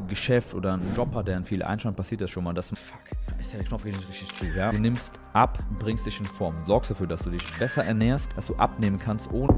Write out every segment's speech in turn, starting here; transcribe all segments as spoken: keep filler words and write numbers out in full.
Geschäft oder einen Job hat, der in viel einspannt, passiert das schon mal, dass du, fuck, ist ja der Knopf geht nicht richtig zu, ja? Du nimmst ab, bringst dich in Form, sorgst dafür, dass du dich besser ernährst, dass du abnehmen kannst, ohne...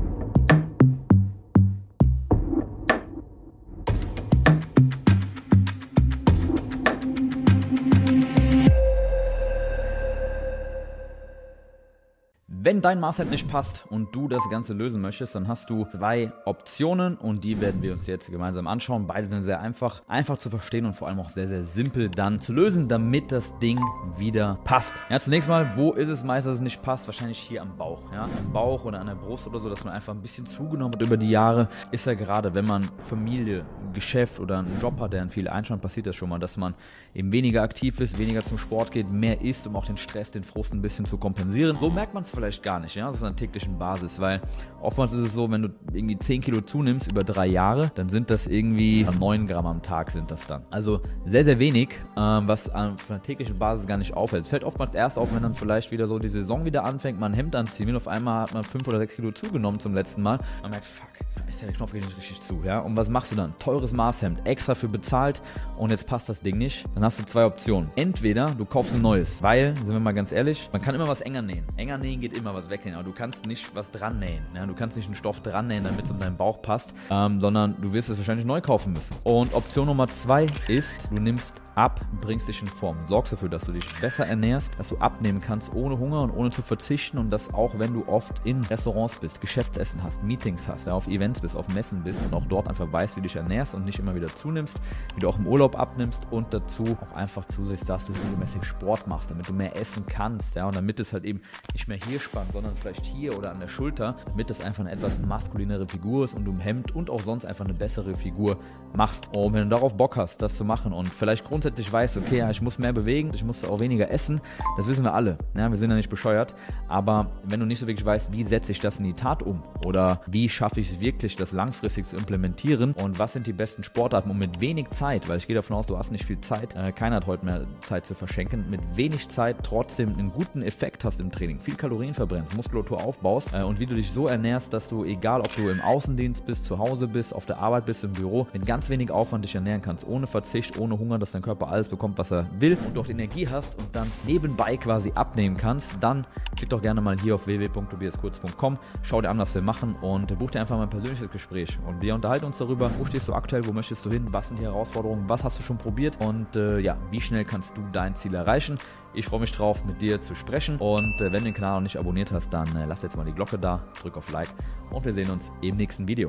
Wenn dein Mindset nicht passt und du das Ganze lösen möchtest, dann hast du zwei Optionen und die werden wir uns jetzt gemeinsam anschauen. Beide sind sehr einfach, einfach zu verstehen und vor allem auch sehr, sehr simpel dann zu lösen, damit das Ding wieder passt. Ja, zunächst mal, wo ist es meist, dass es nicht passt? Wahrscheinlich hier am Bauch. Ja? Am Bauch oder an der Brust oder so, dass man einfach ein bisschen zugenommen hat über die Jahre. Ist ja gerade, wenn man Familie, Geschäft oder einen Job hat, der in viel einspannt, passiert das schon mal, dass man eben weniger aktiv ist, weniger zum Sport geht, mehr isst, um auch den Stress, den Frust ein bisschen zu kompensieren. So merkt man es vielleicht gar nicht, ja, das ist an der täglichen Basis, weil oftmals ist es so, wenn du irgendwie zehn Kilo zunimmst über drei Jahre, dann sind das irgendwie neun Gramm am Tag sind das dann. Also sehr, sehr wenig, ähm, was an der täglichen Basis gar nicht auffällt. Es fällt oftmals erst auf, wenn dann vielleicht wieder so die Saison wieder anfängt, man ein Hemd anziehen will, auf einmal hat man fünf oder sechs Kilo zugenommen zum letzten Mal. Man merkt, fuck, ist ja der Knopf geht nicht richtig zu, ja. Und was machst du dann? Teures Maßhemd, extra für bezahlt und jetzt passt das Ding nicht. Dann hast du zwei Optionen. Entweder du kaufst ein neues, weil, sind wir mal ganz ehrlich, man kann immer was enger nähen. Enger nähen geht immer, was wegnähen, aber du kannst nicht was dran nähen. Ja? Du kannst nicht einen Stoff dran nähen, damit es um deinen Bauch passt, ähm, sondern du wirst es wahrscheinlich neu kaufen müssen. Und Option Nummer zwei ist, du nimmst ab, bringst dich in Form, sorgst dafür, dass du dich besser ernährst, dass du abnehmen kannst ohne Hunger und ohne zu verzichten und das auch, wenn du oft in Restaurants bist, Geschäftsessen hast, Meetings hast, ja, auf Events bist, auf Messen bist und auch dort einfach weißt, wie du dich ernährst und nicht immer wieder zunimmst, wie du auch im Urlaub abnimmst und dazu auch einfach zusiehst, dass du regelmäßig Sport machst, damit du mehr essen kannst, ja, und damit es halt eben nicht mehr hier spannt, sondern vielleicht hier oder an der Schulter, damit es einfach eine etwas maskulinere Figur ist und du im Hemd und auch sonst einfach eine bessere Figur machst. Und wenn du darauf Bock hast, das zu machen und vielleicht grundsätzlich weißt, okay, ja, ich muss mehr bewegen, ich muss auch weniger essen, das wissen wir alle, ja, wir sind ja nicht bescheuert, aber wenn du nicht so wirklich weißt, wie setze ich das in die Tat um oder wie schaffe ich es wirklich, das langfristig zu implementieren und was sind die besten Sportarten, um mit wenig Zeit, weil ich gehe davon aus, du hast nicht viel Zeit, äh, keiner hat heute mehr Zeit zu verschenken, mit wenig Zeit trotzdem einen guten Effekt hast im Training, viel Kalorien verbrennst, Muskulatur aufbaust äh, und wie du dich so ernährst, dass du, egal ob du im Außendienst bist, zu Hause bist, auf der Arbeit bist, im Büro, mit ganz wenig Aufwand dich ernähren kannst, ohne Verzicht, ohne Hunger, dass dein Körper alles bekommt, was er will und du auch die Energie hast und dann nebenbei quasi abnehmen kannst, dann klick doch gerne mal hier auf w w w punkt tobias kurz punkt com, schau dir an, was wir machen und buch dir einfach mal ein persönliches Gespräch und wir unterhalten uns darüber, wo stehst du aktuell, wo möchtest du hin, was sind die Herausforderungen, was hast du schon probiert und äh, ja, wie schnell kannst du dein Ziel erreichen. Ich freue mich drauf, mit dir zu sprechen und äh, wenn du den Kanal noch nicht abonniert hast, dann äh, lass jetzt mal die Glocke da, drück auf Like und wir sehen uns im nächsten Video.